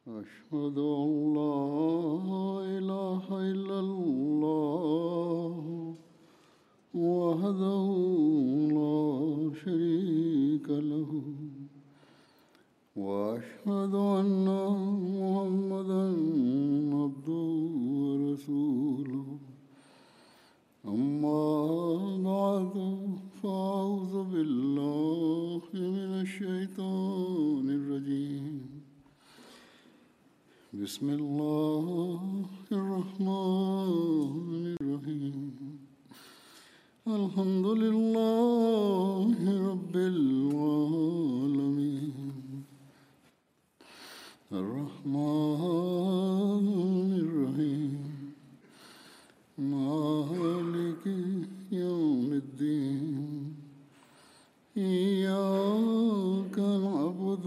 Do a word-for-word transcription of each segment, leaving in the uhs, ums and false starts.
أشهد أن لا إله إلا الله وحده لا شريك له وأشهد أن محمدا عبده ورسوله أما بعد فأعوذ بالله من الشيطان الرجيم بسم الله الرحمن الرحيم الحمد لله رب العالمين الرحمن الرحيم مالك يوم الدين إياك نعبد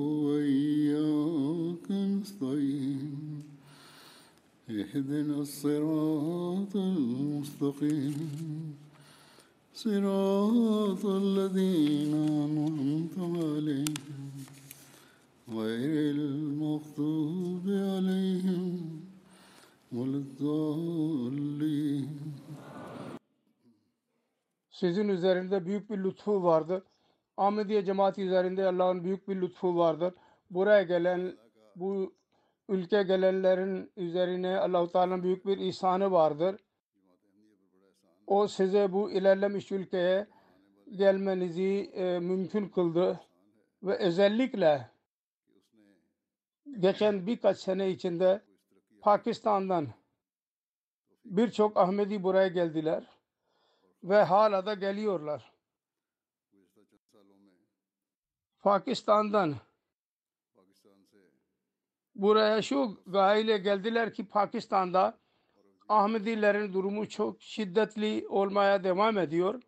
وإياك نستعين اهدنا الصراط المستقيم صراط الذين أنعمت عليهم غير المغضوب عليهم ولا الضالين. Sizin üzerinde büyük bir lütfu vardır. Ahmediye cemaati üzerinde Allah'ın büyük bir lütfu vardır. Buraya gelen, bu ülke gelenlerin üzerine Allah-u Teala'nın büyük bir ihsanı vardır. O size bu ilerlemiş ülkeye gelmenizi e, mümkün kıldı ve özellikle geçen birkaç sene içinde Pakistan'dan birçok Ahmedi buraya geldiler ve hala da geliyorlar. Pakistan'dan buraya şu gayeyle geldiler ki Pakistan'da Ahmedilerin durumu çok şiddetli olmaya devam ediyor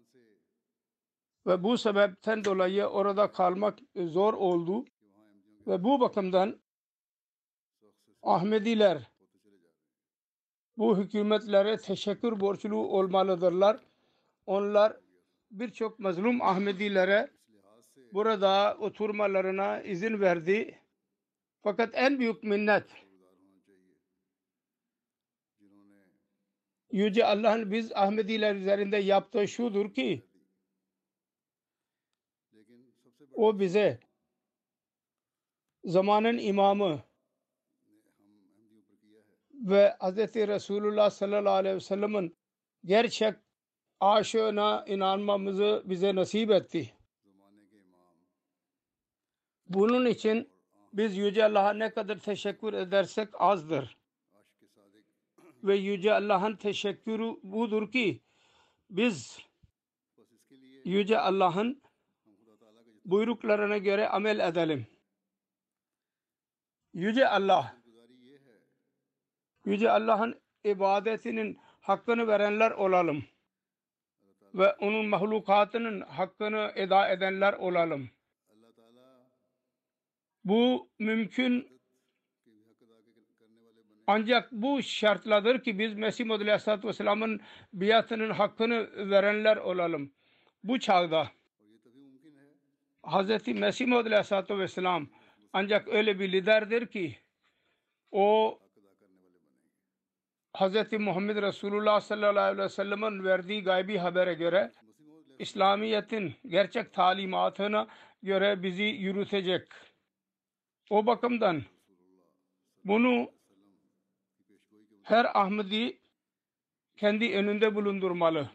ve bu sebepten dolayı orada kalmak zor oldu ve bu bakımdan Ahmediler bu hükümetlere teşekkür borçlu olmalıdırlar. Onlar birçok mazlum Ahmedilere burada oturmalarına izin verdi. Fakat en büyük minnet Yüce Allah'ın biz Ahmediler üzerinde yaptığı şudur ki o bize zamanın imamı ve Hz. Resulullah sallallahu aleyhi ve sellem'in gerçek aşığına inanmamızı bize nasip etti. Bunun için biz Yüce Allah'a ne kadar teşekkür edersek azdır. Ve Yüce Allah'ın teşekkürü budur ki biz Yüce Allah'ın buyruklarına göre amel edelim. Yüce Allah Yüce Allah'ın ibadetinin hakkını verenler olalım ve onun mahlukatının hakkını eda edenler olalım. Bu mümkün ancak bu şartladır ki biz Mesih Muhammed Aleyhisselatü Vesselam'ın biatının hakkını verenler olalım. Bu çağda Hz. Mesih Muhammed Aleyhisselatü Vesselam ancak öyle bir liderdir ki o Hz. Muhammed Resulullah sallallahu aleyhi ve sellem'in verdiği gaybi habere göre İslamiyet'in gerçek talimatına göre bizi yürütecek. O bakımdan bunu her Ahmedi kendi önünde bulundurmalı.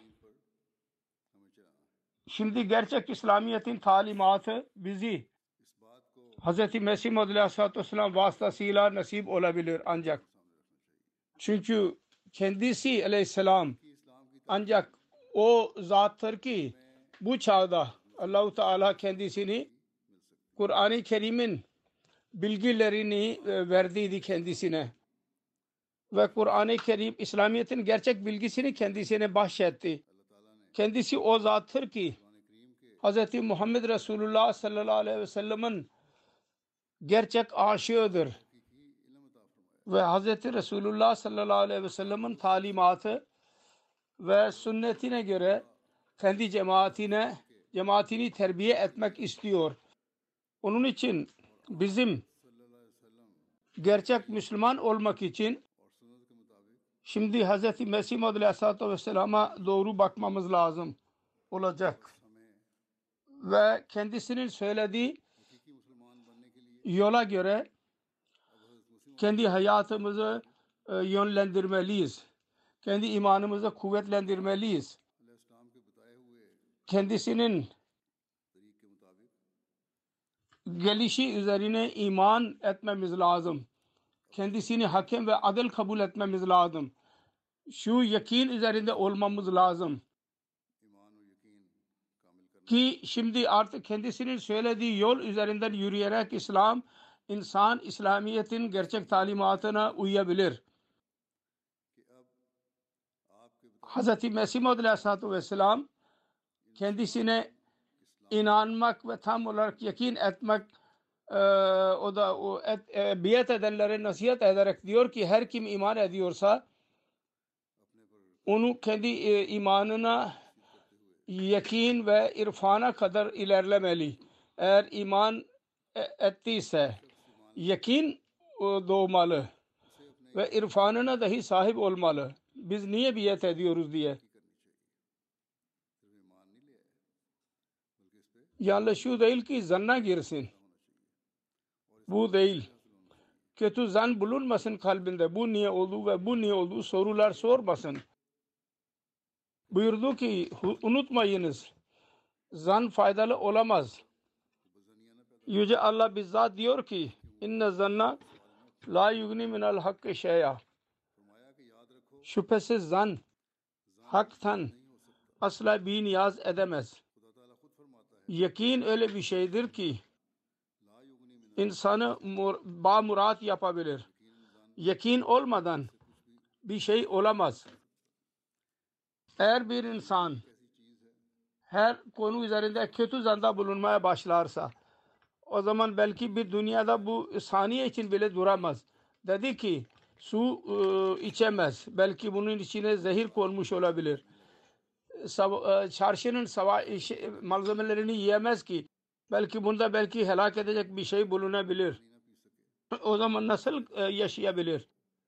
Şimdi gerçek İslamiyet'in talimatı bizi Hz. Mesih Muhammed Aleyhisselatü Vesselam vasıtasıyla nasip olabilir ancak. Çünkü kendisi aleyhisselam ancak o zattır ki bu çağda Allah-u Teala kendisini Kur'an-ı Kerim'in bilgilerini verdiydi kendisine. Ve Kur'an-ı Kerim İslamiyet'in gerçek bilgisini kendisine bahşetti. Kendisi o zattır ki Hz. Muhammed Resulullah sallallahu aleyhi ve sellem'in gerçek aşığıdır. Ve Hz. Resulullah sallallahu aleyhi ve sellem'in talimatı ve sünnetine göre kendi cemaatine cemaatini terbiye etmek istiyor. Onun için bizim gerçek Müslüman olmak için şimdi Hz. Mesih Maud Aleyhisselatü Vesselam'a doğru bakmamız lazım olacak. Ve kendisinin söylediği yola göre kendi hayatımızı e, yönlendirmeliyiz. Kendi imanımızı kuvvetlendirmeliyiz. Kendisinin gelişi üzerine iman etmemiz lazım. Kendisini hakem ve adil kabul etmemiz lazım. Şu yakin üzerinde olmamız lazım. Ki şimdi artık kendisinin söylediği yol üzerinden yürüyerek İslam, insan İslamiyet'in gerçek talimatına uyabilir. Hz. Mesih Maud Aleyhisselatü Vesselam kendisine inanmak ve tam olarak yakin etmek e, o da o et, e, biat edenlere nasihat ederek diyor ki her kim iman ediyorsa onu kendi e, imanına yakin ve irfana kadar ilerlemeli. Eğer iman ettiyse yakin doğmalı ve irfanına dahi sahip olmalı. Biz niye biat ediyoruz diye. Yalnız şu değil ki zanna girsin. Bu değil. Kötü zan bulunmasın kalbinde. Bu niye oldu ve bu niye oldu sorular sormasın. Buyurdu ki unutmayınız. Zan faydalı olamaz. Yüce Allah bizzat diyor ki inne zanna la yugni minel hakkı şey'a. Şüphesiz zan haktan asla bir niyaz edemez. Yakin öyle bir şeydir ki insanı bamurat yapabilir. Yakin olmadan bir şey olamaz. Eğer bir insan her konu üzerinde kötü zanda bulunmaya başlarsa o zaman belki bir dünyada bu saniye için bile duramaz. Dedi ki su e, içemez. Belki bunun içine zehir konmuş olabilir. Sav- e, çarşının sava- şey, malzemelerini yiyemez ki. Belki bunda belki helak edecek bir şey bulunabilir. O zaman nasıl e, yaşayabilir?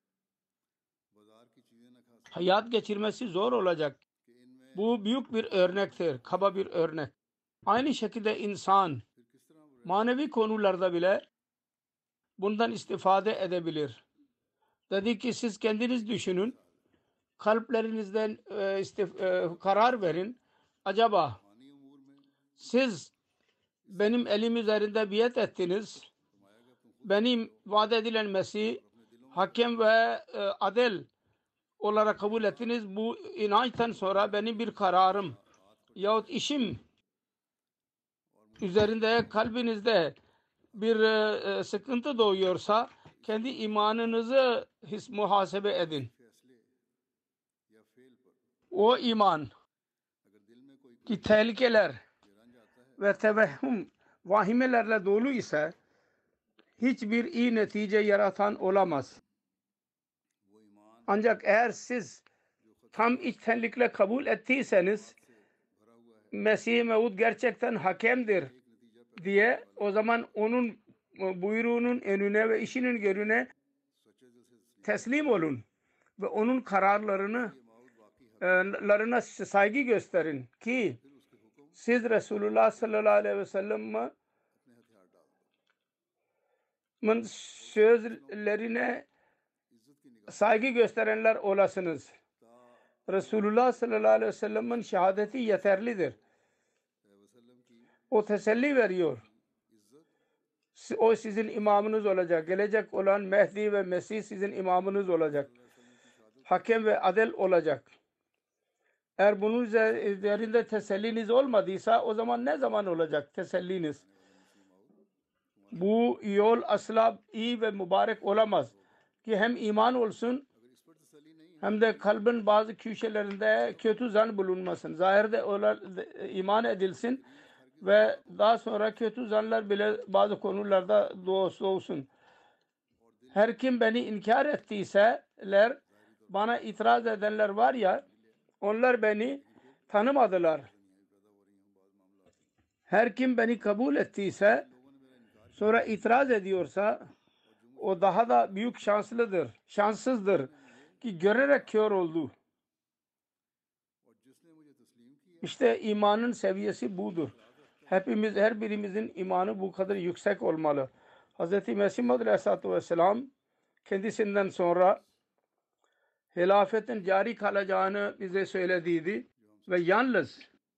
Hayat geçirmesi zor olacak. Bu büyük bir örnektir. Kaba bir örnek. Aynı şekilde insan manevi konularda bile bundan istifade edebilir. Dedi ki siz kendiniz düşünün. Kalplerinizden e, istif- e, karar verin. Acaba siz benim elim üzerinde biat ettiniz. Benim vaat edilen Mesih hakem ve e, adil olarak kabul ettiniz. Bu inançtan sonra benim bir kararım yahut işim üzerinde kalbinizde bir e, sıkıntı doğuyorsa kendi imanınızı his muhasebe edin. O iman ki tehlikeler ve tevehhüm vahimelerle dolu ise hiçbir iyi netice yaratan olamaz. Ancak eğer siz tam içtenlikle kabul ettiyseniz Mesih-i Mevud gerçekten hakemdir diye o zaman onun buyruğunun önüne ve işinin görüne teslim olun ve onun kararlarını larına saygı gösterin ki siz Resulullah sallallahu aleyhi ve sellem'in sözlerine saygı gösterenler olasınız. Resulullah sallallahu aleyhi ve sellem'in şehadeti yeterlidir. O teselli veriyor. O sizin imamınız olacak. Gelecek olan Mehdi ve Mesih sizin imamınız olacak. Hakem ve adil olacak. Eğer bunun üzerinde teselliniz olmadıysa o zaman ne zaman olacak teselliniz? Bu yol asla iyi ve mübarek olamaz. Ki hem iman olsun hem de kalbin bazı köşelerinde kötü zan bulunmasın. Zahirde olan iman edilsin ve daha sonra kötü zanlar bile bazı konularda doğsun. Her kim beni inkar ettiyseler, bana itiraz edenler var ya, onlar beni tanımadılar. Her kim beni kabul ettiyse sonra itiraz ediyorsa o daha da büyük şanslıdır, şanssızdır ki görerek kör oldu. İşte imanın seviyesi budur. Hepimiz, her birimizin imanı bu kadar yüksek olmalı. Hz. Mesih Maud Aleyhisselatü Vesselam kendisinden sonra hilafetin cari kalacağını bize söylediydi ve yalnız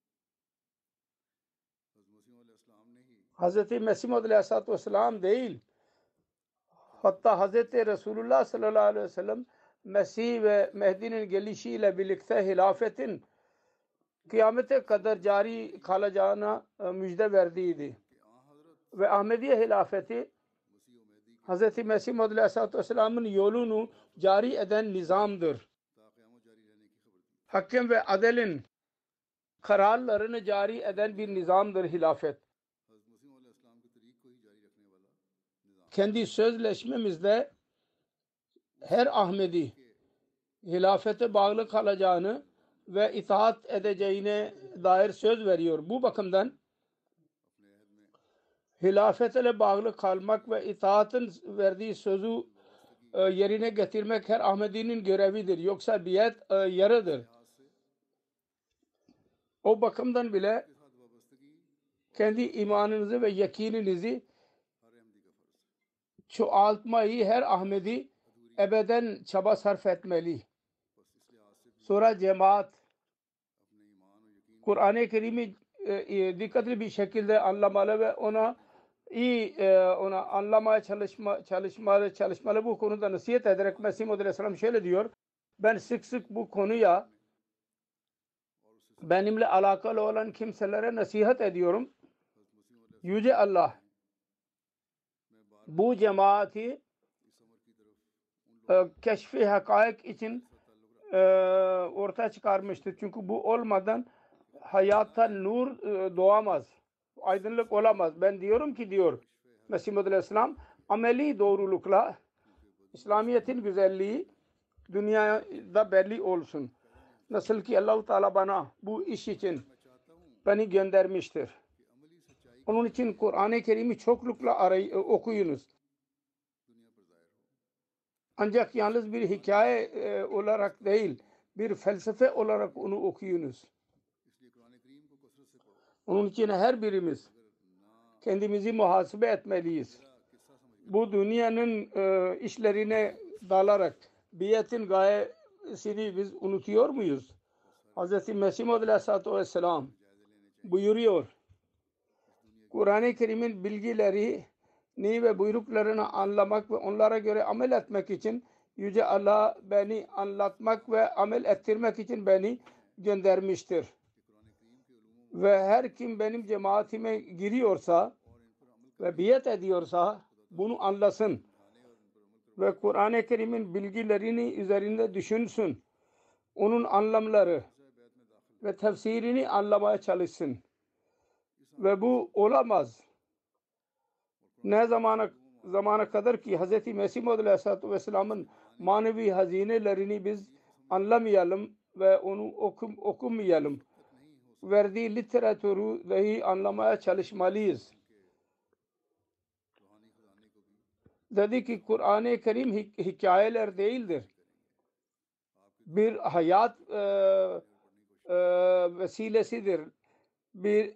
Hz. Mesih Maud Aleyhisselatü Vesselam değil, hatta Hz. Resulullah sallallahu aleyhi ve sellem Mesih ve Mehdi'nin gelişiyle birlikte hilafetin kıyamete kadar cari kalacağına müjde verdiydi. Ve Ahmediye hilafeti Hz. Mesih Maud Aleyhisselatü Vesselam'ın yolunu cari eden nizamdır. Hakem ve adelin kararlarını cari eden bir nizamdır hilafet. Kendi sözleşmemizde her Ahmedi hilafete bağlı kalacağını ve itaat edeceğine dair söz veriyor. Bu bakımdan hilafetle bağlı kalmak ve itaatın verdiği sözü e, yerine getirmek her Ahmedi'nin görevidir. Yoksa biat e, yarıdır. O bakımdan bile kendi imanınızı ve yakininizi çoğaltmayı her Ahmedi ebeden çaba sarf etmeli. Sonra cemaat Kur'an-ı Kerim'i e, dikkatli bir şekilde anlamalı ve ona iyi e, ona anlamaya çalışma, çalışmalı, çalışmalı bu konuda nasihat ederek Mesih Maud Aleyhisselam şöyle diyor: ben sık sık bu konuya benimle alakalı olan kimselere nasihat ediyorum. Yüce Allah bu cemaati e, keşfi hakaik için e, ortaya çıkarmıştır. Çünkü bu olmadan hayatta nur e, doğamaz. Aydınlık olamaz. Ben diyorum ki diyor Mesih Maud Aleyhisselam ameli doğrulukla İslamiyet'in güzelliği dünyada belli olsun. Nasıl ki Allah-u Teala bana bu iş için beni göndermiştir. Onun için Kur'an-ı Kerim'i çoklukla arayı, okuyunuz. Ancak yalnız bir hikaye e, olarak değil, bir felsefe olarak onu okuyunuz. Onun için her birimiz kendimizi muhasebe etmeliyiz. Bu dünyanın e, işlerine dalarak biyetin gayesini biz unutuyor muyuz? Hz. Mesih Maud Aleyhisselatü Vesselam buyuruyor. Kur'an-ı Kerim'in bilgilerini ve buyruklarını anlamak ve onlara göre amel etmek için Yüce Allah beni anlatmak ve amel ettirmek için beni göndermiştir. Ve her kim benim cemaatime giriyorsa ve biat ediyorsa bunu anlasın ve Kur'an-ı Kerim'in bilgilerini üzerinde düşünsün. Onun anlamları ve tefsirini anlamaya çalışsın. Ve bu olamaz. Ne zamana zamana kadar ki Hz. Mesih Maud Aleyhisselatü Vesselam'ın manevi hazinelerini biz anlamayalım ve onu okum, okumayalım. Verdiği literatürü dahi anlamaya çalışmalıyız. Dedi ki Kur'an-ı Kerim hikayeler değildir. Bir hayat e, e, vesilesidir. Bir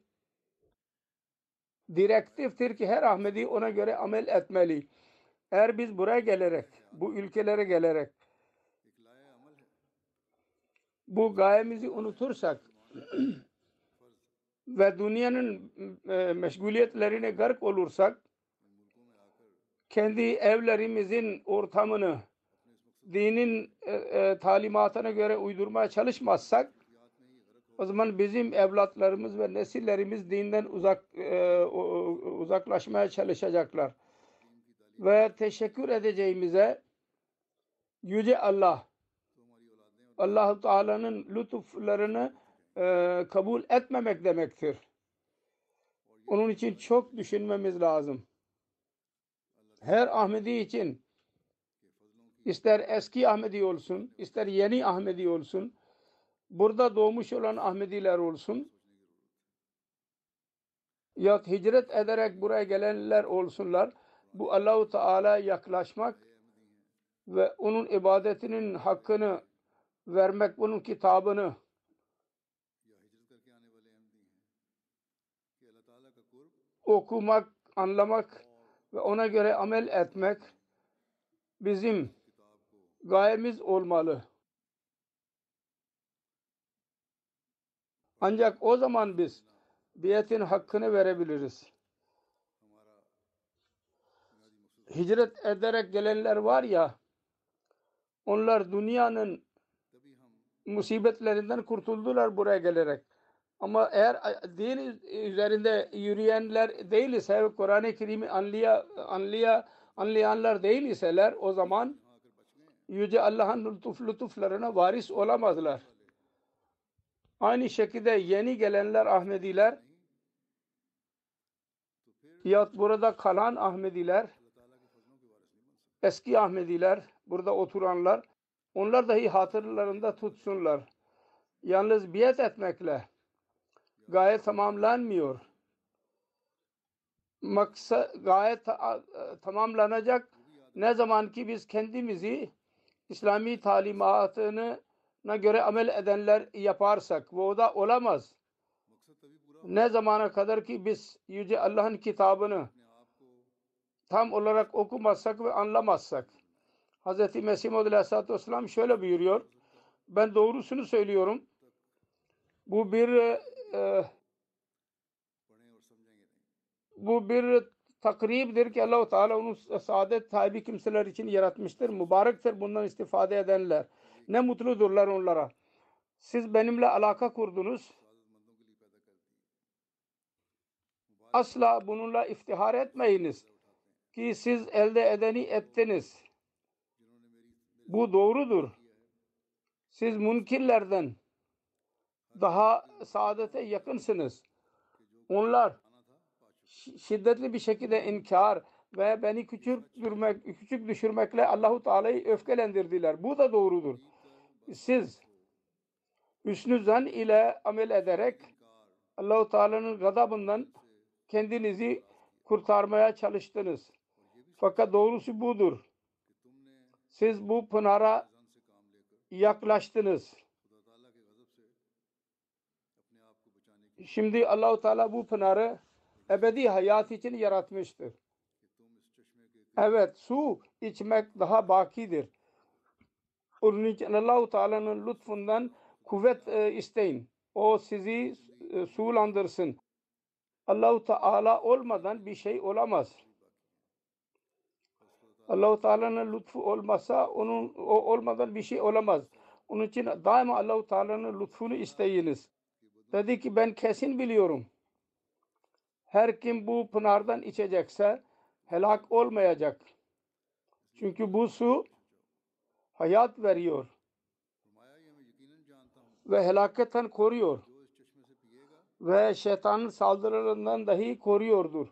direktiftir ki her Ahmedi ona göre amel etmeli. Eğer biz buraya gelerek, bu ülkelere gelerek bu gayemizi unutursak ve dünyanın e, meşguliyetlerine gark olursak, kendi evlerimizin ortamını dinin e, e, talimatına göre uydurmaya çalışmazsak, o zaman bizim evlatlarımız ve nesillerimiz dinden uzak e, uzaklaşmaya çalışacaklar. Ve teşekkür edeceğimize Yüce Allah, Allah-u Teala'nın lütuflarını e, kabul etmemek demektir. Onun için çok düşünmemiz lazım. Her Ahmedi için, ister eski Ahmedi olsun, ister yeni Ahmedi olsun, burada doğmuş olan Ahmediler olsun, ya hicret ederek buraya gelenler olsunlar, Bu Allah-u Teala'ya yaklaşmak ve onun ibadetinin hakkını vermek, bunun kitabını okumak, anlamak ve ona göre amel etmek bizim gayemiz olmalı. Ancak o zaman biz biyetin hakkını verebiliriz. Hicret ederek gelenler var ya, onlar dünyanın musibetlerinden kurtuldular buraya gelerek. Ama eğer din üzerinde yürüyenler değil ise, Kur'an-ı Kerim'i anlaya, anlaya, anlayanlar değil iseler, o zaman Yüce Allah'ın lütuf, lütuflarına varis olamazlar. Aynı şekilde yeni gelenler Ahmediler ya burada kalan Ahmediler, eski Ahmediler, burada oturanlar, onlar dahi hatırlarında tutsunlar. Yalnız biat etmekle gaye tamamlanmıyor. Maksat gaye ta tamamlanacak ne zaman ki biz kendimizi İslami talimatına göre amel edenler yaparsak. Bu da olamaz. Ne zamana kadar ki biz Yüce Allah'ın kitabını tam olarak okumazsak ve anlamazsak. Hz. Mesih Maud Aleyhisselatü Vesselam şöyle buyuruyor. Ben doğrusunu söylüyorum. Bu bir e, bu bir takribdir ki Allah-u Teala onu saadet sahibi kimseler için yaratmıştır. Mübarektir bundan istifade edenler. Ne mutludurlar onlara. Siz benimle alaka kurdunuz. Asla bununla iftihar etmeyiniz ki siz elde edeni ettiniz. Bu doğrudur. Siz münkirlerden daha saadete yakınsınız. Onlar şiddetli bir şekilde inkar ve beni küçük düşürmek, küçük düşürmekle Allahu Teala'yı öfkelendirdiler. Bu da doğrudur. Siz hüsnü zan ile amel ederek Allahu Teala'nın gazabından kendinizi kurtarmaya çalıştınız. Fakat doğrusu budur. Siz bu pınara yaklaştınız. Şimdi Allahu Teala bu pınarı ebedi hayat için yaratmıştır. Evet, su içmek daha bakidir. Onun için Allahu Teala'nın lütfundan kuvvet e, isteyin. O sizi e, sulandırsın. Allahu Teala olmadan bir şey olamaz. Allahu Teala'nın lütfu olmasa onun o olmadan bir şey olamaz. Onun için daima Allahu Teala'nın lütfunu isteyiniz. Dedi ki ben kesin biliyorum. Her kim bu pınardan içecekse helak olmayacak. Çünkü bu su hayat veriyor ve helaketten koruyor ve şeytanın saldırılarından dahi koruyordur.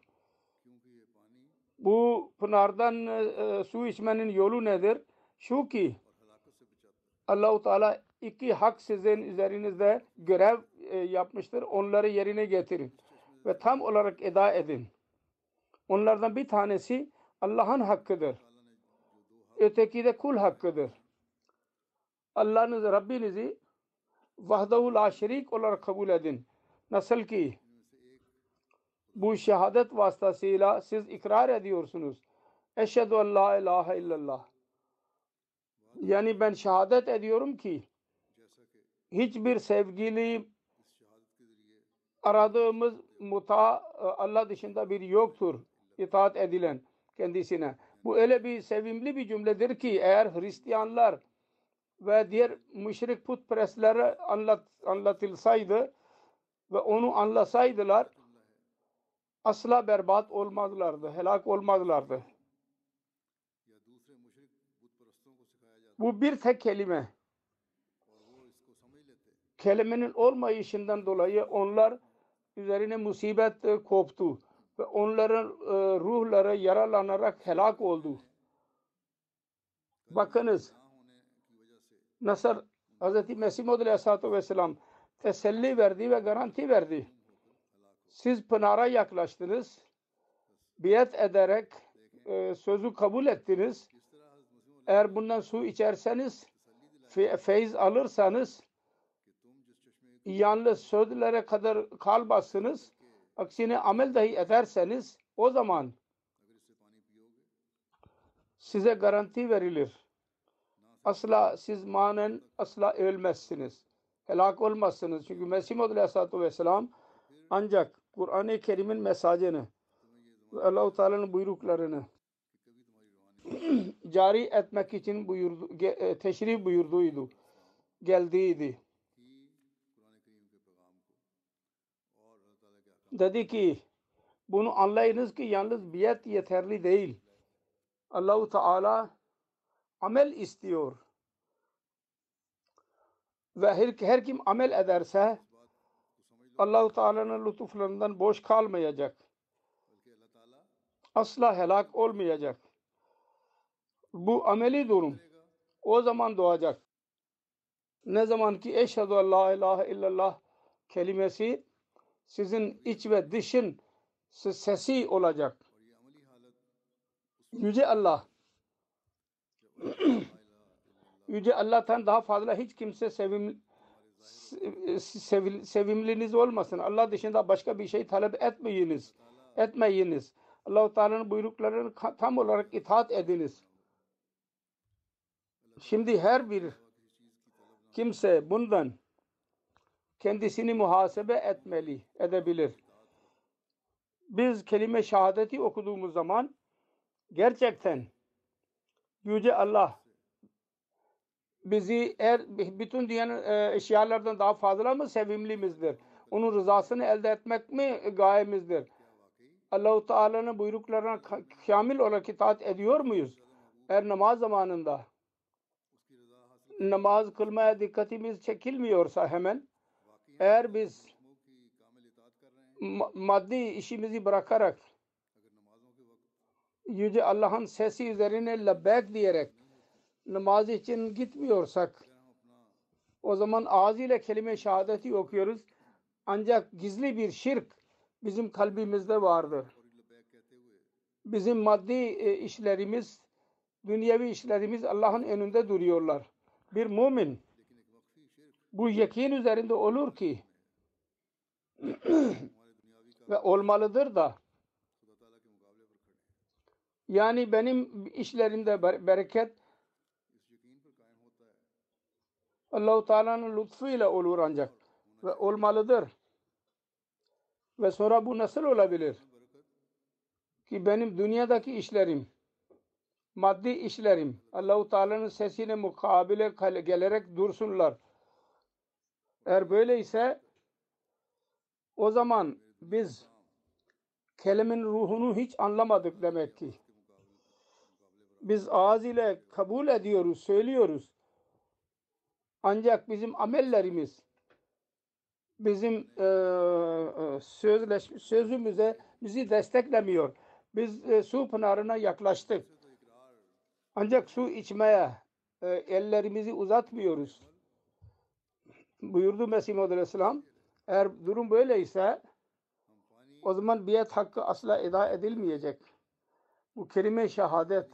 Bu pınardan e, su içmenin yolu nedir? Şu ki Allah-u Teala iki hak sizin üzerinizde görev e, yapmıştır. Onları yerine getirin ve tam olarak eda edin. Onlardan bir tanesi Allah'ın hakkıdır. Öteki de kul hakkıdır. Allah'ınız Rabbinizi vahdahu la şerik olarak kabul edin. Nasıl ki bu şehadet vasıtasıyla siz ikrar ediyorsunuz. Eşhedü en la ilahe illallah. Yani ben şehadet ediyorum ki hiçbir sevgili aradığımız muta Allah dışında bir yoktur. İtaat edilen kendisine. Bu öyle bir sevimli bir cümledir ki eğer Hristiyanlar ve diğer müşrik putperestlere anlat, anlatılsaydı ve onu anlasaydılar asla berbat olmazlardı, helak olmazlardı. Bu bir tek kelime. Kelimenin olmayışından dolayı onlar üzerine musibet koptu ve onların e, ruhları yaralanarak helak oldu. Bakınız nasıl Hz. Mesih Maud Aleyhisselatü Vesselam teselli verdi ve garanti verdi. Siz pınara yaklaştınız. Biat ederek e, sözü kabul ettiniz. Eğer bundan su içerseniz, fe, feyiz alırsanız yalnız sözlere kadar kalmazsınız. Aksine amel dahi ederseniz o zaman size garanti verilir. Asla siz manen asla ölmezsiniz. Helak olmazsınız. Çünkü Mesih Muhammed Aleyhisselatü Vesselam ancak Kur'an-ı Kerim'in mesajını ve Allah-u Teala'nın buyruklarını cari etmek için buyurdu, teşrif buyurduydu. Geldiydi. Dedi ki bunu anlayınız ki yalnız biyet yeterli değil. Allah-u Teala amel istiyor. Ve her, her kim amel ederse Allah-u Teala'nın lütuflarından boş kalmayacak. Asla helak olmayacak. Bu ameli durum o zaman doğacak. Ne zaman ki eşhedü en la ilahe illallah kelimesi sizin iç ve dışın sesi olacak. Yüce Allah Yüce Allah'tan daha fazla hiç kimse sevim, sevil, sevimliniz olmasın. Allah dışında başka bir şey talep etmeyiniz. Etmeyiniz. Allah-u Teala'nın buyruklarını tam olarak itaat ediniz. Şimdi her bir kimse bundan kendisini muhasebe etmeli, edebilir. Biz kelime şehadeti okuduğumuz zaman gerçekten Yüce Allah bizi eğer bütün diğer eşyalardan daha fazla mı sevimlimizdir? Onun rızasını elde etmek mi gayemizdir? Allah-u Teala'nın buyruklarına kamil olarak itaat ediyor muyuz? Eğer namaz zamanında namaz kılmaya dikkatimiz çekilmiyorsa hemen, eğer biz maddi işimizi bırakarak Yüce Allah'ın sesi üzerine lebbek diyerek namaz için gitmiyorsak, o zaman ağız ile kelime şehadeti okuyoruz. Ancak gizli bir şirk bizim kalbimizde vardır. Bizim maddi işlerimiz, dünyevi işlerimiz Allah'ın önünde duruyorlar. Bir mümin bu yakin üzerinde olur ki ve olmalıdır da, yani benim işlerimde bereket Allah-u Teala'nın lütfuyla olur ancak ve olmalıdır. Ve sonra bu nasıl olabilir? Ki benim dünyadaki işlerim, maddi işlerim Allah-u Teala'nın sesine mukabele gelerek dursunlar. Eğer böyleyse o zaman biz kelimenin ruhunu hiç anlamadık demek ki. Biz ağız ile kabul ediyoruz, söylüyoruz. Ancak bizim amellerimiz bizim e, sözleş, sözümüze bizi desteklemiyor. Biz e, su pınarına yaklaştık. Ancak su içmeye e, ellerimizi uzatmıyoruz. Buyurdu Mesih Muhammed Aleyhisselam. Eğer durum böyleyse o zaman biyet hakkı asla eda edilmeyecek. Bu kelime-i şehadet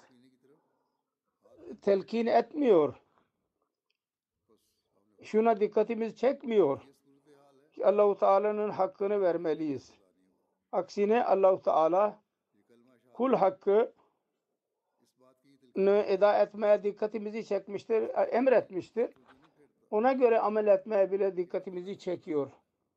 telkin etmiyor. Şuna dikkatimiz çekmiyor ki Allah-u Teala'nın hakkını vermeliyiz. Aksine Allah-u Teala kul hakkını eda etmeye dikkatimizi çekmiştir, emretmiştir. Ona göre amel etmeye bile dikkatimizi çekiyor.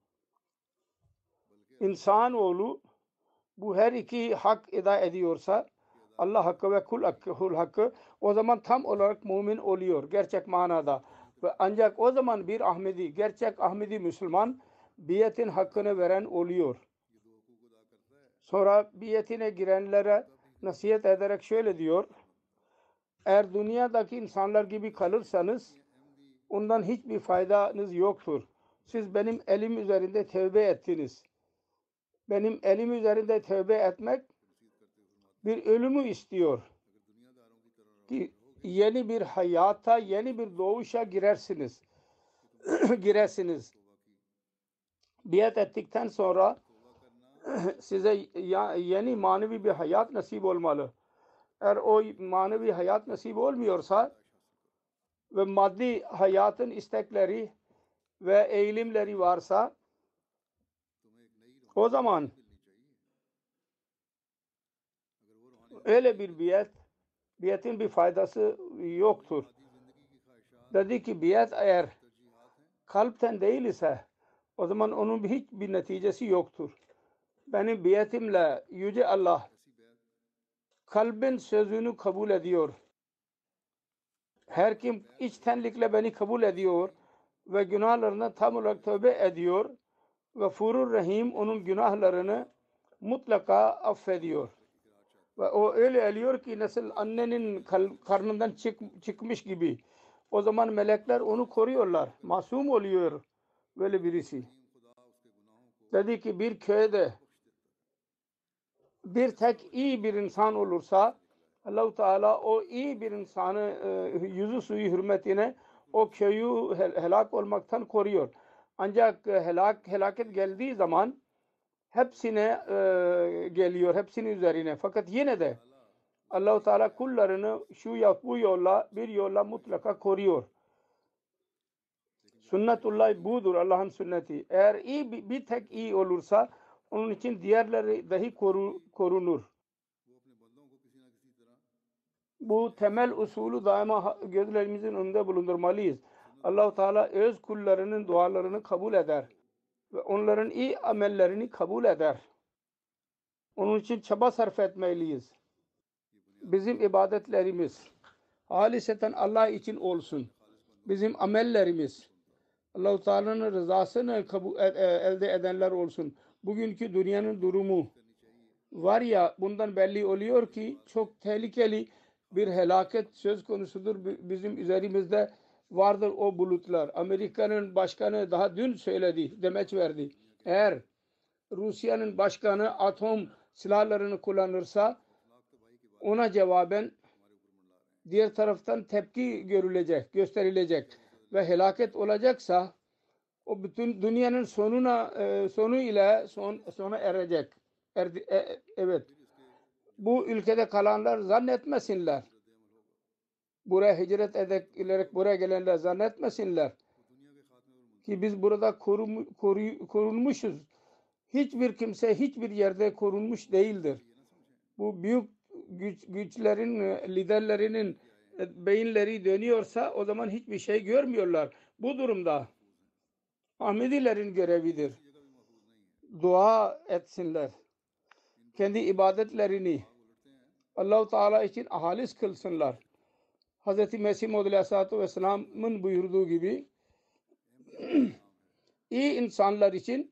İnsanoğlu bu her iki hak eda ediyorsa, Allah hakkı ve kul hakkı, kul hakkı, o zaman tam olarak mümin oluyor gerçek manada. Ve ancak o zaman bir Ahmedi, gerçek Ahmedi Müslüman biyetin hakkını veren oluyor. Sonra biyetine girenlere nasihat ederek şöyle diyor: eğer dünyadaki insanlar gibi kalırsanız ondan hiçbir faydanız yoktur. Siz benim elim üzerinde tövbe ettiniz. Benim elim üzerinde tövbe etmek bir ölümü istiyor ki yeni bir hayata, yeni bir doğuşa girersiniz. girersiniz. Biat ettikten sonra size yeni manevi bir hayat nasip olmalı. eğer o manevi hayat nasip olmuyorsa ve maddi hayatın istekleri ve eğilimleri varsa o zaman öyle bir biyet, biyetin bir faydası yoktur. Dedi ki biyet eğer kalpten değil ise o zaman onun hiçbir neticesi yoktur. Benim biyetimle Yüce Allah kalbin sözünü kabul ediyor. Her kim içtenlikle beni kabul ediyor ve günahlarına tam olarak tövbe ediyor ve Furur Rahim onun günahlarını mutlaka affediyor. Ve o öyle eliyor ki nasıl annenin karnından çık, çıkmış gibi. O zaman melekler onu koruyorlar. Masum oluyor böyle birisi. Dedi ki bir köyde bir tek iyi bir insan olursa Allah-u Teala o iyi bir insanı e, yüzü suyu hürmetine o köyü helak olmaktan koruyor. Ancak e, helak helaket geldiği zaman hepsine e, geliyor, hepsinin üzerine. Fakat yine de Allah-u Teala kullarını şu ya bu yolla bir yolla mutlaka koruyor. Sünnetullah budur, Allah'ın sünneti. Eğer iyi bir, bir tek iyi olursa onun için diğerleri dahi koru, korunur. Bu temel usulü daima gözlerimizin önünde bulundurmalıyız. Allah-u Teala öz kullarının dualarını kabul eder ve onların iyi amellerini kabul eder. Onun için çaba sarf etmeliyiz. Bizim ibadetlerimiz haliseten Allah için olsun. Bizim amellerimiz Allah-u Teala'nın rızasını kabul elde edenler olsun. Bugünkü dünyanın durumu var ya, bundan belli oluyor ki çok tehlikeli bir helaket söz konusudur. Bizim üzerimizde vardır o bulutlar. Amerika'nın başkanı daha dün söyledi, demeç verdi. Eğer Rusya'nın başkanı atom silahlarını kullanırsa ona cevaben diğer taraftan tepki görülecek, gösterilecek ve helaket olacaksa o bütün dünyanın sonuna sonu ile son, sona erecek. Erdi, e, evet. Bu ülkede kalanlar zannetmesinler. Buraya hicret ederek buraya gelenler zannetmesinler ki biz burada korum, koru, korunmuşuz. Hiçbir kimse hiçbir yerde korunmuş değildir. Bu büyük güç, güçlerin, liderlerinin beyinleri dönüyorsa o zaman hiçbir şey görmüyorlar. Bu durumda Ahmedilerin görevidir. Dua etsinler. Kendi ibadetlerini Allah-u Teala için halis kılsınlar. Hz. Mesih Maud Aleyhisselatü Vesselam'ın buyurduğu gibi iyi insanlar için,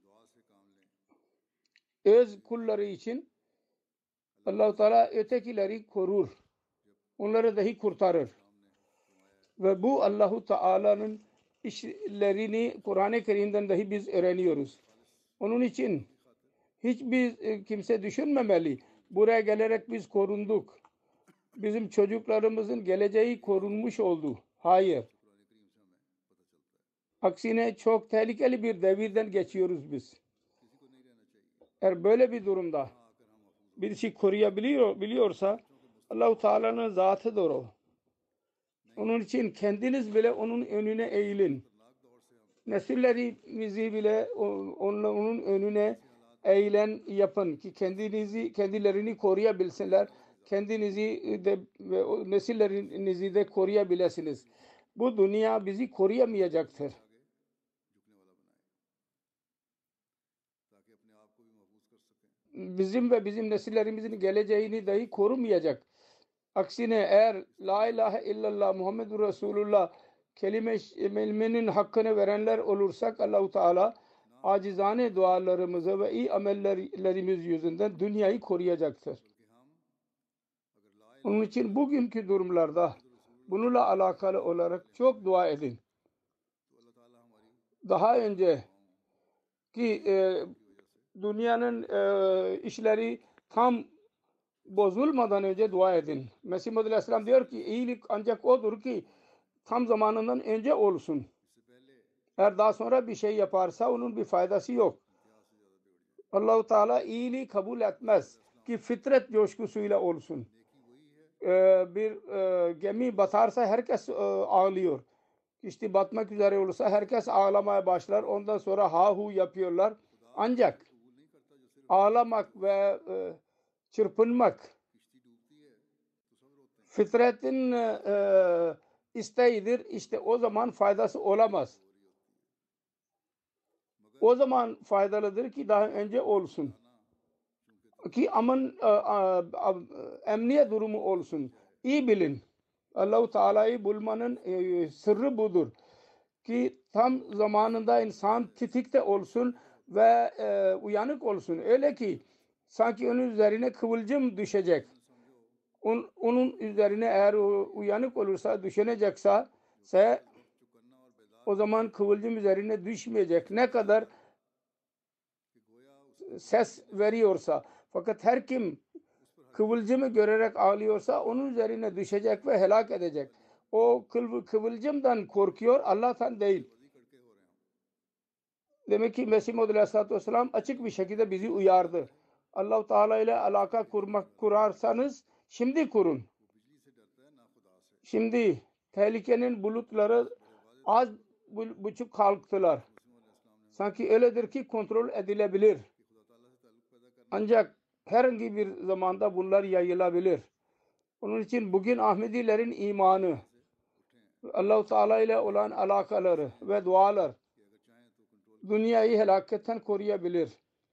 öz kulları için Allah-u Teala ötekileri korur. Onları dahi kurtarır. Ve bu Allah-u Teala'nın işlerini Kur'an-ı Kerim'den dahi biz öğreniyoruz. Onun için hiçbir kimse düşünmemeli. Buraya gelerek biz korunduk. Bizim çocuklarımızın geleceği korunmuş oldu. Hayır. Aksine çok tehlikeli bir devirden geçiyoruz biz. Eğer böyle bir durumda birisi koruyabiliyor biliyorsa Allah-u Teala'nın zatıdır o. Onun için kendiniz bile onun önüne eğilin. Nesillerimizi bile onun önüne eğilen yapın ki kendinizi kendilerini koruyabilsinler. Kendinizi de ve nesillerinizi de koruyabilirsiniz. Bu dünya bizi koruyamayacaktır. Bizim ve bizim nesillerimizin geleceğini dahi korumayacak. Aksine eğer La ilahe illallah Muhammedur Resulullah kelime-i hakkını verenler olursak Allah-u Teala acizane dualarımızı ve iyi amellerimiz yüzünden dünyayı koruyacaktır. Onun için bugünkü durumlarda bununla alakalı olarak çok dua edin. Daha önce ki e, dünyanın e, işleri tam bozulmadan önce dua edin. Mesih Maud Aleyhisselam diyor ki iyilik ancak odur ki tam zamanından önce olsun. Eğer daha sonra bir şey yaparsa onun bir faydası yok. Allah-u Teala iyiliği kabul etmez ki fitret coşkusuyla olsun. e, bir e, gemi batarsa herkes e, ağlıyor. Kişi batmak üzere olursa herkes ağlamaya başlar. Ondan sonra ha hu yapıyorlar. Ancak ağlamak ve e, çırpınmak fitretin e, isteğidir. İşte o zaman faydası olamaz. O zaman faydalıdır ki daha önce olsun. Ki aman e, e, emniyet durumu olsun. İyi bilin. Allah-u Teala'yı bulmanın e, sırrı budur. Ki tam zamanında insan tetikte olsun ve e, uyanık olsun. Öyle ki sanki onun üzerine kıvılcım düşecek. On, onun üzerine eğer o uyanık olursa, düşünecekse se, o zaman kıvılcım üzerine düşmeyecek. Ne kadar ses veriyorsa. Fakat her kim kıvılcımı görerek ağlıyorsa onun üzerine düşecek ve helak edecek. O kıvılcımdan korkuyor, Allah'tan değil. Demek ki Mesih Muhammed Aleyhisselatü Vesselam açık bir şekilde bizi uyardı. Allah-u Teala ile alaka kurmak kurarsanız şimdi kurun. Şimdi tehlikenin bulutları az buçuk kalktılar. Sanki öyledir ki kontrol edilebilir. Ancak herhangi bir zamanda bunlar yayılabilir. Onun için bugün Ahmedilerin imanı, Allah-u Teala ile olan alakaları ve dualar dünyayı helaketten koruyabilir.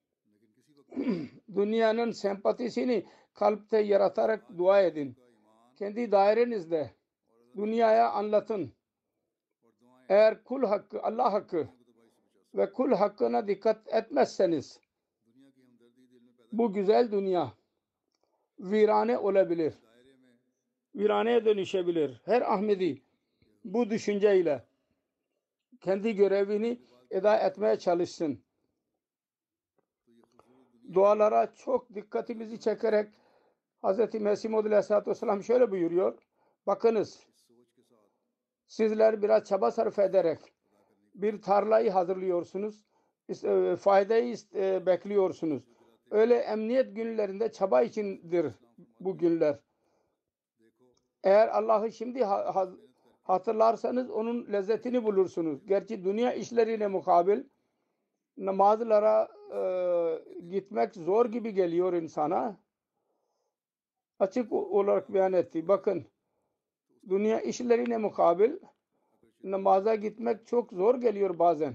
Dünyanın sempatisini kalpte yaratarak dua edin. Kendi dairenizde dünyaya anlatın. Eğer kul hakkı, Allah hakkı ve kul hakkına dikkat etmezseniz bu güzel dünya virane olabilir. Viraneye dönüşebilir. Her Ahmedi bu düşünceyle kendi görevini eda etmeye çalışsın. Dualara çok dikkatimizi çekerek Hz. Mesih Muhammed Aleyhisselatü Vesselam şöyle buyuruyor. Bakınız, sizler biraz çaba sarf ederek bir tarlayı hazırlıyorsunuz. Faydayı bekliyorsunuz. Öyle emniyet günlerinde çaba içindir bu günler. Eğer Allah'ı şimdi hatırlarsanız onun lezzetini bulursunuz. Gerçi dünya işlerine mukabil namazlara e, gitmek zor gibi geliyor insana. Açık olarak beyan etti. Bakın, dünya işlerine mukabil namaza gitmek çok zor geliyor bazen.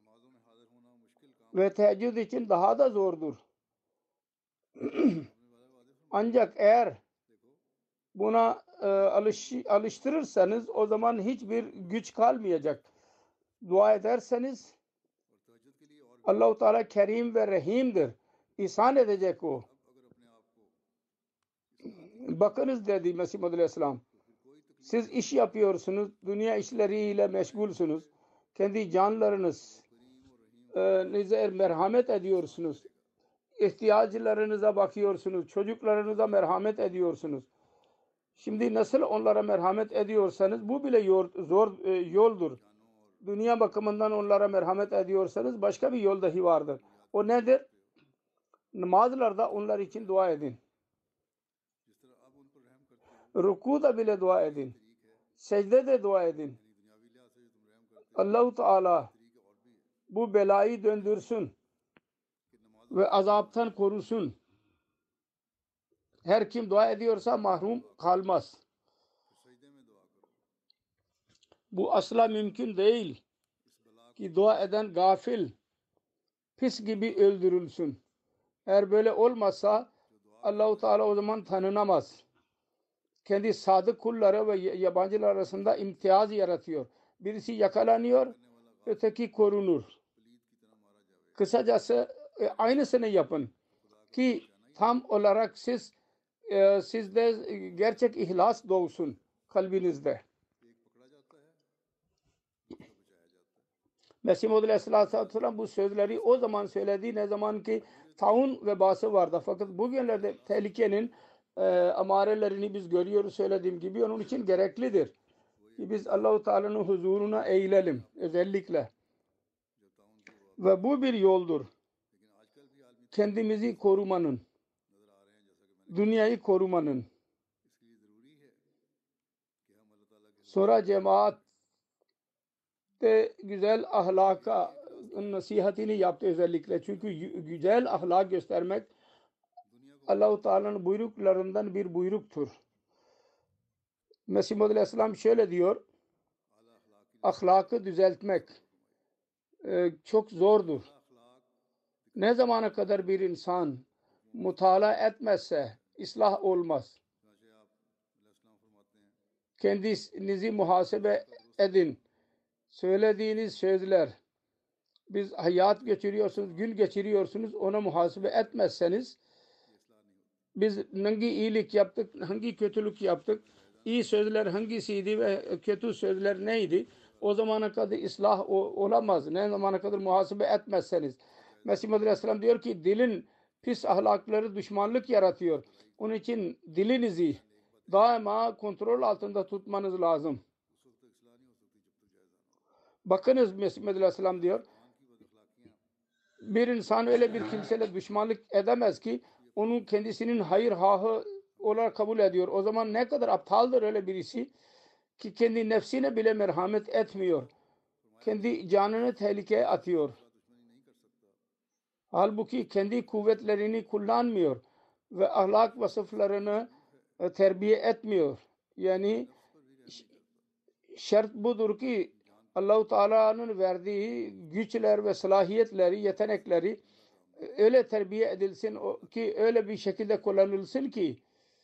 Ve teheccüd için daha da zordur. Ancak eğer buna e, alış, alıştırırsanız o zaman hiçbir güç kalmayacak. Dua ederseniz Allah-u Teala Kerim ve Rahim'dir. İhsan edecek o. Bakınız dedi Mesih Muhammed Aleyhisselam. Siz iş yapıyorsunuz. Dünya işleriyle meşgulsünüz. Kendi canlarınız e, merhamet ediyorsunuz. İhtiyaclarınıza bakıyorsunuz. Çocuklarınıza merhamet ediyorsunuz. Şimdi nasıl onlara merhamet ediyorsanız bu bile yor, zor e, yoldur. Dünya bakımından onlara merhamet ediyorsanız başka bir yol dahi vardır. O nedir? Namazlarda onlar için dua edin. Rükuda bile dua edin. Secdede dua edin. Allah-u Teala bu belayı döndürsün ve azaptan korusun. Her kim dua ediyorsa mahrum kalmaz. Bu asla mümkün değil ki dua eden gafil, pis gibi öldürülsün. Eğer böyle olmazsa Allah-u Teala o zaman tanınamaz. Kendi sadık kulları ve yabancılar arasında imtiyaz yaratıyor. Birisi yakalanıyor, öteki korunur. Kısacası e, aynısını yapın ki tam olarak siz e, sizde gerçek ihlas doğsun kalbinizde. Mesih Muhammed Aleyhisselatü Vesselam bu sözleri o zaman söyledi, ne zaman ki taun vebası vardı. Fakat bugünlerde tehlikenin e, amarelerini biz görüyoruz, söylediğim gibi. Onun için gereklidir ki biz Allah-u Teala'nın huzuruna eğilelim özellikle. Ve bu bir yoldur. Kendimizi korumanın, dünyayı korumanın. Sonra cemaat de güzel ahlaka nasihatini yaptı özellikle. Çünkü güzel ahlak göstermek Allah-u Teala'nın buyruklarından bir buyruktur. Mesih Muhammed Aleyhisselam şöyle diyor: ahlakı düzeltmek e, çok zordur. Ne zamana kadar bir insan mutala etmezse ıslah olmaz. Kendinizi muhasebe edin. Söylediğiniz sözler, biz hayat geçiriyorsunuz, gün geçiriyorsunuz, ona muhasebe etmezseniz biz hangi iyilik yaptık, hangi kötülük yaptık, iyi sözler hangisiydi ve kötü sözler neydi? O zamana kadar ıslah olamaz. Ne zamana kadar muhasebe etmezseniz. Mesih Aleyhisselam diyor ki dilin pis ahlakları düşmanlık yaratıyor. Onun için dilinizi daima kontrol altında tutmanız lazım. Bakınız Mesih Aleyhisselam diyor, bir insan öyle bir kimseyle düşmanlık edemez ki onun kendisinin hayır hahı olarak kabul ediyor. O zaman ne kadar aptaldır öyle birisi ki kendi nefsine bile merhamet etmiyor. Kendi canını tehlikeye atıyor. Halbuki kendi kuvvetlerini kullanmıyor ve ahlak vasıflarını terbiye etmiyor. Yani şart budur ki Allah-u Teala'nın verdiği güçler ve salahiyetleri, yetenekleri öyle terbiye edilsin ki, öyle bir şekilde kullanılsın ki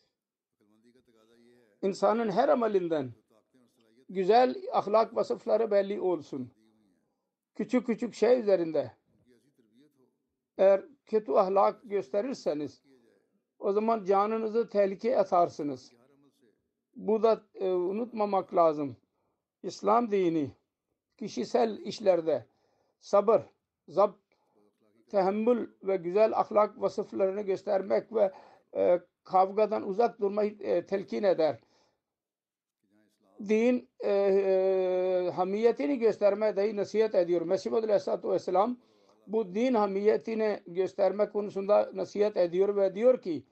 insanın her amelinden güzel ahlak vasıfları belli olsun. Küçük küçük şey üzerinde eğer kötü ahlak gösterirseniz o zaman canınızı tehlikeye atarsınız. Bu da e, unutmamak lazım. İslam dini kişisel işlerde sabır, zapt, tahammül ve güzel ahlak vasıflarını göstermek ve e, kavgadan uzak durmayı e, telkin eder. Din e, e, hamiyetini göstermeye dahi nasihat ediyor. Mesih Aleyhisselatü Vesselam bu din hamiyetini göstermek konusunda nasihat ediyor ve diyor ki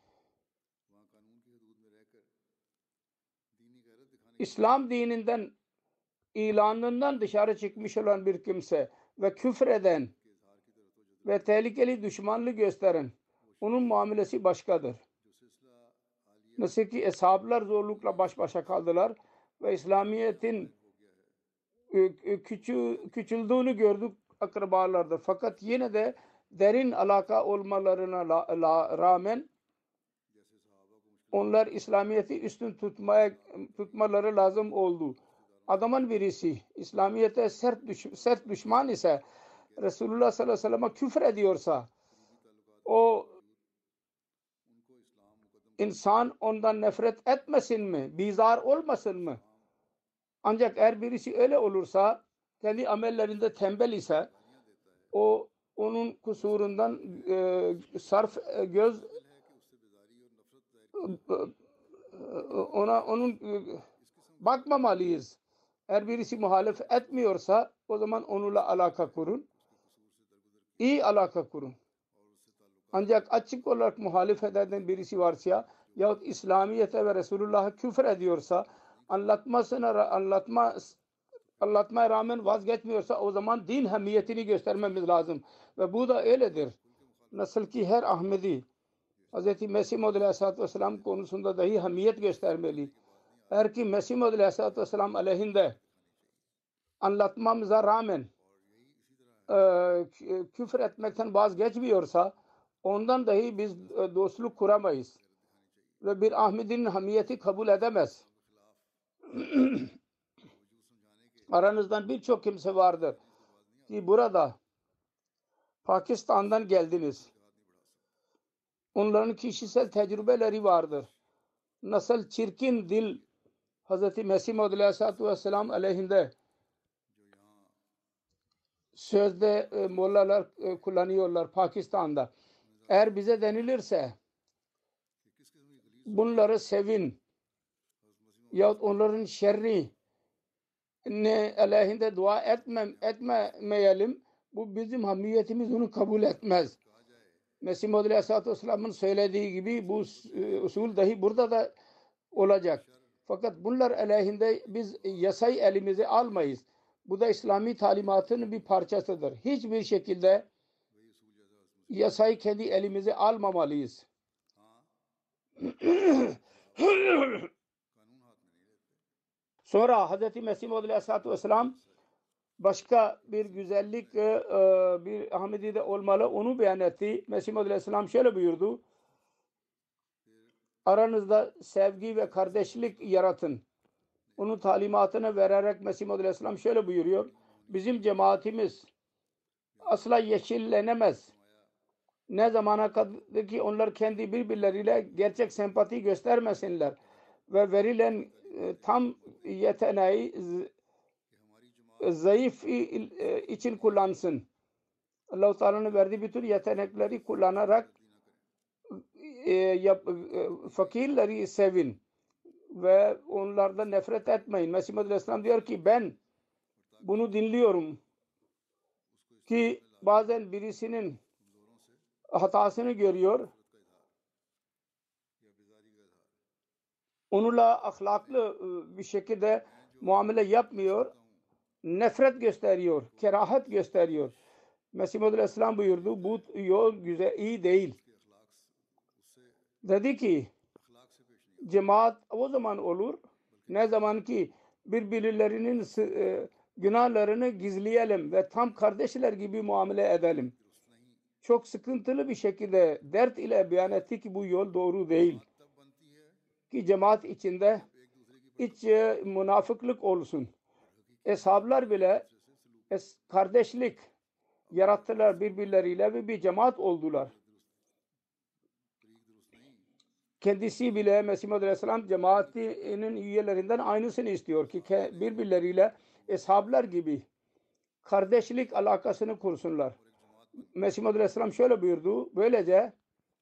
İslam dininden ilanından dışarı çıkmış olan bir kimse ve küfreden ve tehlikeli düşmanlık gösteren onun muamelesi başkadır. Nasıl ki eshablar zorlukla baş başa kaldılar ve İslamiyet'in küçü, küçüldüğünü gördük akrabalardır. Fakat yine de derin alaka olmalarına la, la, rağmen onlar İslamiyet'i üstün tutmaya tutmaları lazım oldu. Adamın birisi İslamiyet'e sert, düş, sert düşman ise Resulullah sallallahu aleyhi ve sellem'e küfür ediyorsa o insan ondan nefret etmesin mi? Bizar olmasın mı? Ancak eğer birisi öyle olursa, kendi amellerinde tembel ise o onun kusurundan e, sarf e, göz ona onun e, bakmamalıyız. Eğer birisi muhalif etmiyorsa o zaman onunla alaka kurun. İyi alaka kurun. Ancak açık olarak muhalif eden birisi varsa yahut İslamiyet'e ve Resulullah'a küfür ediyorsa, anlatmasına anlatma anlatmaya rağmen vazgeçmiyorsa o zaman din hamiyetini göstermemiz lazım. Ve bu da öyledir. Nasıl ki her Ahmedi Hz. Mesih Maud Aleyhisselatü Vesselam konusunda dahi hamiyet göstermeli. Eğer ki Mesih Maud Aleyhisselatü Vesselam aleyhinde anlatmamıza rağmen e, küfür etmekten vazgeçmiyorsa ondan dahi biz dostluk kuramayız. Ve bir Ahmedi'nin hamiyeti kabul edemez. Aranızdan birçok kimse vardır ki burada Pakistan'dan geldiniz. Onların kişisel tecrübeleri vardır. Nasıl çirkin dil Hz. Mesih Maud Aleyhisselatü Vesselam aleyhinde sözde e, mollalar e, kullanıyorlar Pakistan'da. Eğer bize denilirse bunları sevin yahut onların şerri ne aleyhinde dua etmem, etmemeyelim, bu bizim hamiyetimiz onu kabul etmez. Mesih Maud Aleyhisselatü Vesselam'ın söylediği gibi bu usul dahi burada da olacak. Fakat bunlar aleyhinde biz yasayı elimize almayız. Bu da İslami talimatının bir parçasıdır. Hiçbir şekilde yasayı kendi elimize almamalıyız. Sonra Hz. Mesih Maud Aleyhisselatü Vesselam başka bir güzellik bir Ahmedi'de olmalı. Onu beyan etti. Mesih Maud Aleyhisselam şöyle buyurdu. Aranızda sevgi ve kardeşlik yaratın. Onun talimatını vererek Mesih Maud Aleyhisselam şöyle buyuruyor. Bizim cemaatimiz asla yeşillenemez. Ne zamana kadar ki onlar kendi birbirleriyle gerçek sempati göstermesinler ve verilen e, tam yeteneği zayıf için kullansın. Allah-u Teala'nın verdiği bütün yetenekleri kullanarak e, yap, e, fakirleri sevin ve onlardan nefret etmeyin. Mesih Aleyhisselam diyor ki ben bunu dinliyorum ki bazen birisinin hatasını görüyor. Onunla ahlaklı bir şekilde muamele yapmıyor. Nefret gösteriyor. Kerahat gösteriyor. Mesih Aleyhisselam buyurdu. Bu yol güzel, iyi değil. Dedi ki cemaat o zaman olur. Ne zaman ki birbirlerinin günahlarını gizleyelim ve tam kardeşler gibi muamele edelim. Çok sıkıntılı bir şekilde dert ile beyan etti ki bu yol doğru değil. Ki cemaat içinde iç münafıklık olsun. Eshablar bile es kardeşlik yarattılar birbirleriyle ve bir cemaat oldular. Kendisi bile Mesih Aleyhisselam cemaatinin üyelerinden aynısını istiyor ki birbirleriyle eshablar gibi kardeşlik alakasını kursunlar. Mesih Aleyhisselam şöyle buyurdu. Böylece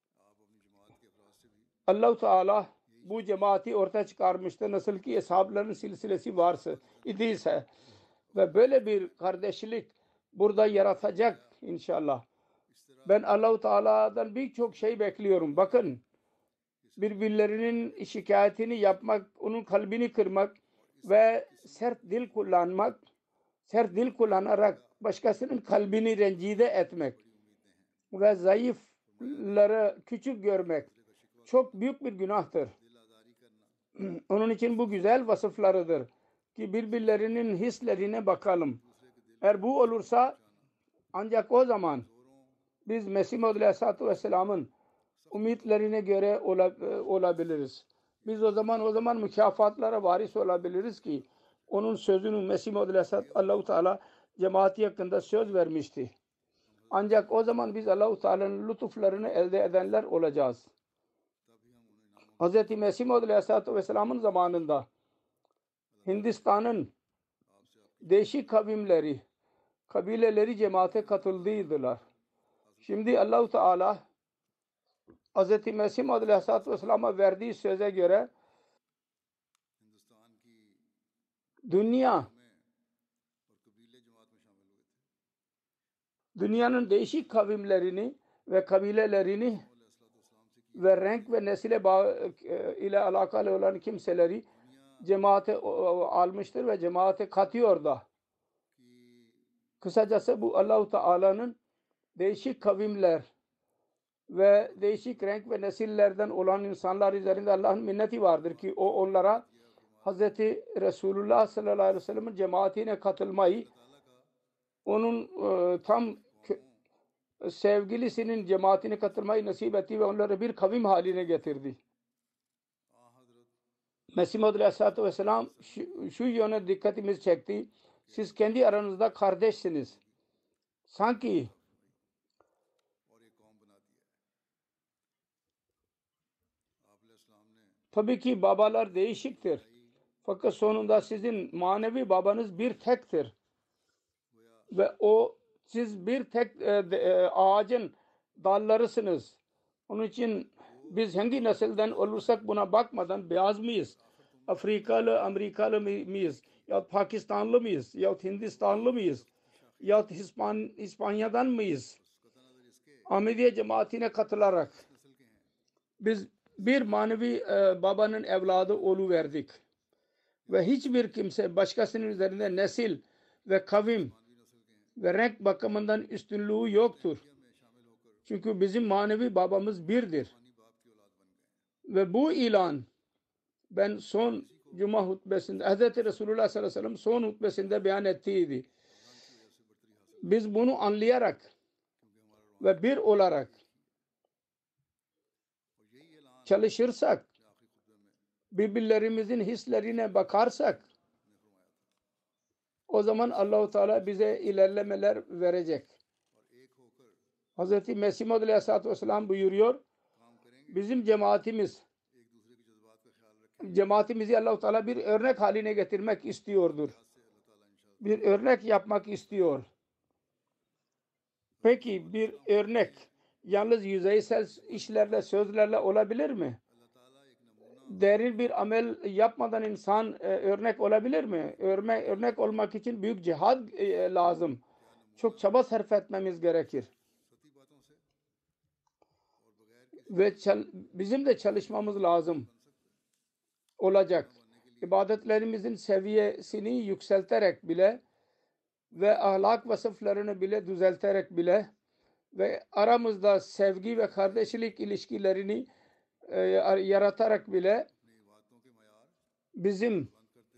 Allah-u Teala bu cemaati ortaya çıkarmıştı. Nasıl ki eshabların silsilesi varsa idiyse ve böyle bir kardeşlik burada yaratacak inşallah. Ben Allah-u Teala'dan birçok şey bekliyorum. Bakın birbirlerinin şikayetini yapmak, onun kalbini kırmak ve sert dil kullanmak, sert dil kullanarak başkasının kalbini rencide etmek ve zayıfları küçük görmek çok büyük bir günahtır. Onun için bu güzel vasıflarıdır ki birbirlerinin hislerine bakalım. Eğer bu olursa ancak o zaman biz Mesih Aleyhisselatü Vesselam'ın ümitlerine göre olabiliriz. Biz o zaman o zaman mükafatlara varis olabiliriz ki onun sözünün Mesih Aleyhisselatü Allah-u Teala cemaati hakkında söz vermişti. Ancak o zaman biz Allah-u Teala'nın lütuflarını elde edenler olacağız. Hz. Mesih Aleyhisselatü Vesselam'ın zamanında Hindistan'ın değişik kavimleri, kabileleri cemaate katıldıydılar. Şimdi Allah-u Teala Hz. Mesih Aleyhisselatü Vesselam'a verdiği söze göre dünya dünyanın değişik kavimlerini ve kabilelerini ve renk ve nesile ile alakalı olan kimseleri cemaate almıştır ve cemaate katıyor da. Kısacası bu Allah-u Teala'nın değişik kavimler ve değişik renk ve nesillerden olan insanlar üzerinde Allah'ın minneti vardır ki o onlara Hz. Resulullah sallallahu aleyhi ve sellem'in cemaatine katılmayı, onun e, tam sevgilisinin cemaatine katılmayı nasip etti ve onları bir kavim haline getirdi. Mesih Aleyhisselatü Vesselam şu, şu yöne dikkatimizi çekti. Siz kendi aranızda kardeşsiniz. Sanki tabii ki babalar değişiktir. Fakat sonunda sizin manevi babanız bir tektir. Ve o siz bir tek e, e, ağacın dallarısınız. Onun için biz hangi nesilden olursak buna bakmadan beyaz mıyız? Afrikalı, Amerikalı mıyız? Ya Pakistanlı mıyız? Ya Hindistanlı mıyız? Ya Hispan, İspanya'dan mıyız? Ahmediye cemaatine katılarak biz bir manevi e, babanın evladı oluverdik. ve hiçbir kimse başkasının üzerinde nesil ve kavim ve renk bakımından üstünlüğü yoktur. Çünkü bizim manevi babamız birdir. Ve bu ilan ben son Cuma hutbesinde Hz. Resulullah sallallahu aleyhi ve sellem son hutbesinde beyan ettiydi. Biz bunu anlayarak ve bir olarak çalışırsak, birbirlerimizin hislerine bakarsak, o zaman Allah-u Teala bize ilerlemeler verecek. Hz. Mesih Maud Aleyhisselatü Vesselam buyuruyor, bizim cemaatimiz, cemaatimizi Allah-u Teala bir örnek haline getirmek istiyordur. Bir örnek yapmak istiyor. Peki bir örnek yalnız yüzeysel işlerle, sözlerle olabilir mi? Derin bir amel yapmadan insan e, örnek olabilir mi? Örme, örnek olmak için büyük cihad e, lazım. Çok çaba sarf etmemiz gerekir. Ve çal, bizim de çalışmamız lazım olacak. İbadetlerimizin seviyesini yükselterek bile ve ahlak vasıflarını bile düzelterek bile ve aramızda sevgi ve kardeşlik ilişkilerini e, yaratarak bile bizim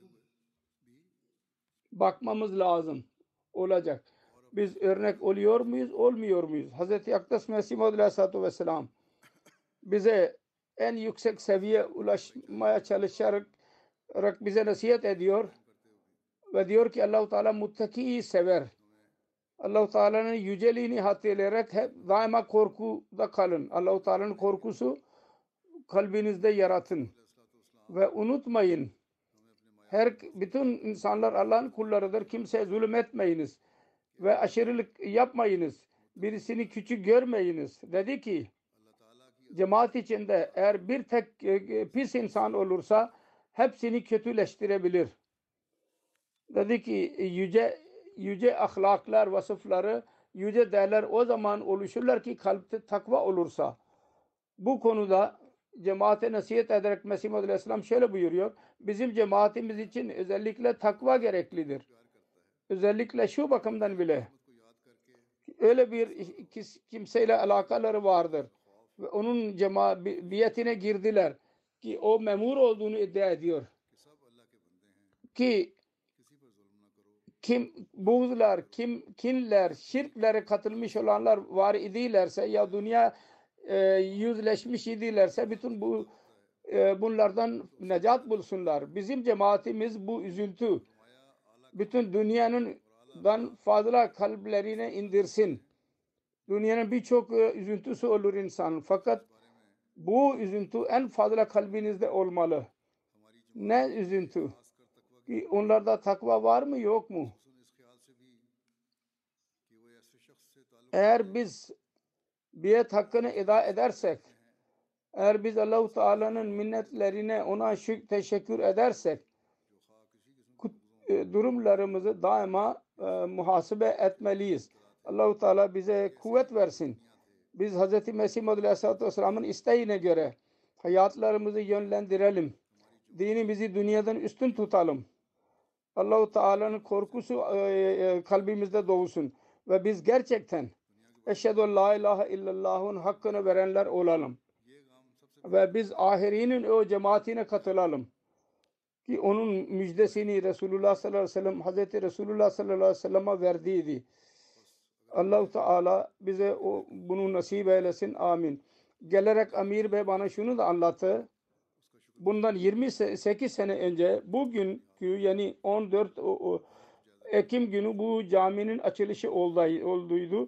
bakmamız lazım olacak. Biz örnek oluyor muyuz, olmuyor muyuz? Hz. Akdas Mesih Maud Aleyhisselatü Vesselam bize en yüksek seviyeye ulaşmaya çalışarak bize nasihat ediyor ve diyor ki Allah-u Teala muttakiyi sever. Allah-u Teala'nın yüceliğini hatırlayarak hep daima korkuda kalın. Allah-u Teala'nın korkusu kalbinizde yaratın. Ve unutmayın, her bütün insanlar Allah'ın kullarıdır. Kimseye zulüm etmeyiniz ve aşırılık yapmayınız. Birisini küçük görmeyiniz. Dedi ki cemaat içinde eğer bir tek pis insan olursa hepsini kötüleştirebilir. Dedi ki yüce yüce ahlaklar, vasıfları, yüce değerler o zaman oluşurlar ki kalpte takva olursa. Bu konuda cemaate nasihat ederek Mesih Maud Aleyhisselam şöyle buyuruyor. Bizim cemaatimiz için özellikle takva gereklidir. Özellikle şu bakımdan bile öyle bir kimseyle alakaları vardır. Ve onun cemaatine girdiler ki o memur olduğunu iddia ediyor. Ki kim buğzlar, kim kinler, şirklere katılmış olanlar var idilerse ya dünya e, yüzleşmiş idilerse bütün bu e, bunlardan necat bulsunlar. Bizim cemaatimiz bu üzüntü bütün dünyanın dan fazla kalplerine indirsin. Dünyanın birçok e, üzüntüsü olur insan. Fakat bu üzüntü en fazla kalbinizde olmalı. Ne üzüntü? Ki onlarda takva var mı yok mu? Eğer biz biat hakkını eda edersek, eğer biz Allah-u Teala'nın minnetlerine ona şükür, teşekkür edersek, durumlarımızı daima e, muhasebe etmeliyiz. Allah-u Teala bize kuvvet versin. Biz Hz. Mesih Maud Aleyhisselatü Vesselam'ın isteğine göre hayatlarımızı yönlendirelim. Dinimizi dünyadan üstün tutalım. Allah-u Teala'nın korkusu e, e, kalbimizde doğsun. Ve biz gerçekten eşhedü la ilahe illallah'ın hakkını verenler olalım. Ve biz ahirinin o cemaatine katılalım. Ki onun müjdesini Resulullah sallallahu aleyhi ve sellem Hazreti Resulullah sallallahu aleyhi ve sellem'e verdiydi. Allah-u Teala bize o, bunu nasip eylesin. Amin. Gelerek Amir Bey bana şunu da anlattı. Bundan yirmi sekiz sene önce bugünkü yani on dört Ekim günü bu caminin açılışı olduydu.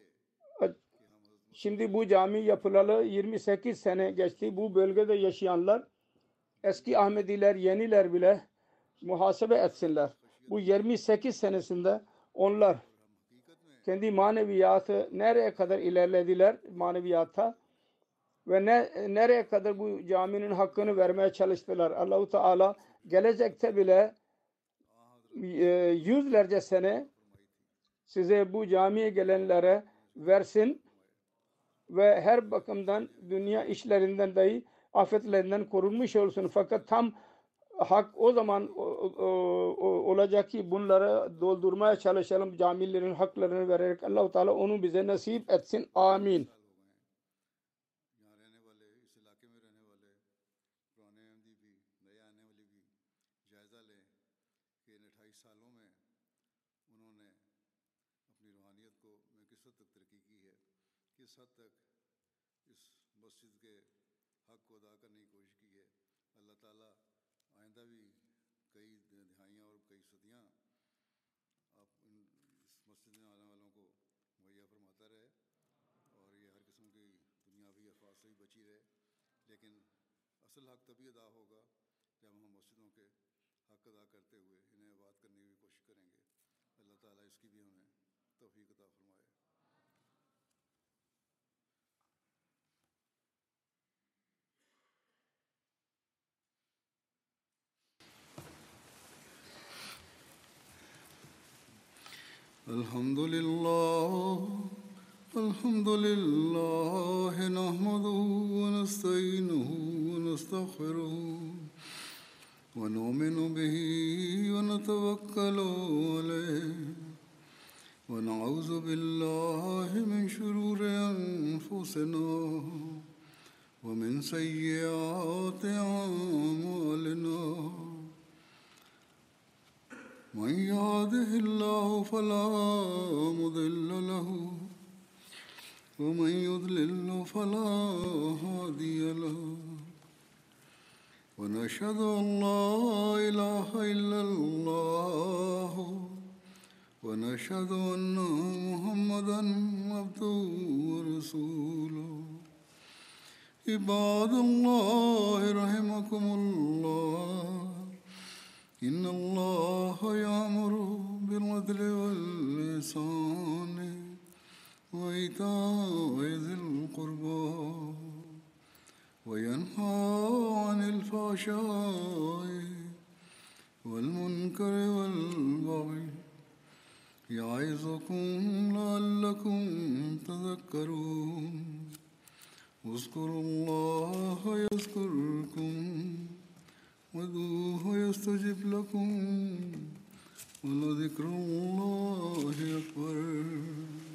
Şimdi bu cami yapılalı yirmi sekiz sene geçti. Bu bölgede yaşayanlar eski Ahmediler, yeniler bile muhasebe etsinler. Bu yirmi sekiz senesinde onlar kendi maneviyatı nereye kadar ilerlediler maneviyatta ve ne, nereye kadar bu caminin hakkını vermeye çalıştılar. Allah-u Teala gelecekte bile e, yüzlerce sene size bu camiye gelenlere versin ve her bakımdan dünya işlerinden dahi afetlerinden korunmuş olsun. Fakat tam hak o zaman o, o, o, olacak ki bunları doldurmaya çalışalım, camilerin haklarını vererek. Allah-u Teala onu bize nasip etsin. Amin. यहाँ रहने वाले इस इलाके में रहने वाले पुराने अहमदी भी नए आने वाले भी जायज़ा लें कि इन अट्ठाईस सालों में उन्होंने अपनी रूहानियत को में किस हद तक तरक्की की है, किस हद तक इस मस्जिद के हक़ को अदा करने की कोशिश की है। अल्लाह ताला आइंदा भी कई दिहाइयाँ और कई सदियाँ आप इन इस मस्जिद में आने वालों को मुहैया फरमाता रहे और ये हर किस्म की दुनियावी अफवाद से भी बची रहे। लेकिन असल हक़ तभी अदा होगा जब हम मस्जिदों के हक़ अदा करते हुए इन्हें आबाद करने की कोशिश करेंगे। अल्लाह ताला इसकी भी हमें तौफीक अता फरमाए। الحمد لله الحمد لله نحمده ونستعينه ونستغفره ونؤمن به ونتوكل عليه ونعوذ بالله من شرور أنفسنا ومن سيئات أعمالنا من يهده الله فلا مضل له ومن يضلل فلا هادي له ونشهد أن لا إله إلا الله ونشهد أن محمدا عبده ورسوله عباد الله رحمكم الله إن الله يأمر بالعدل والإحسان وإيتاء ذي القربى وينهى عن الفحشاء والمنكر والبغي يعظكم لعلكم تذكرون اذكروا الله يذكركم وادعوه يستجب لكم ولذكر الله أكبر.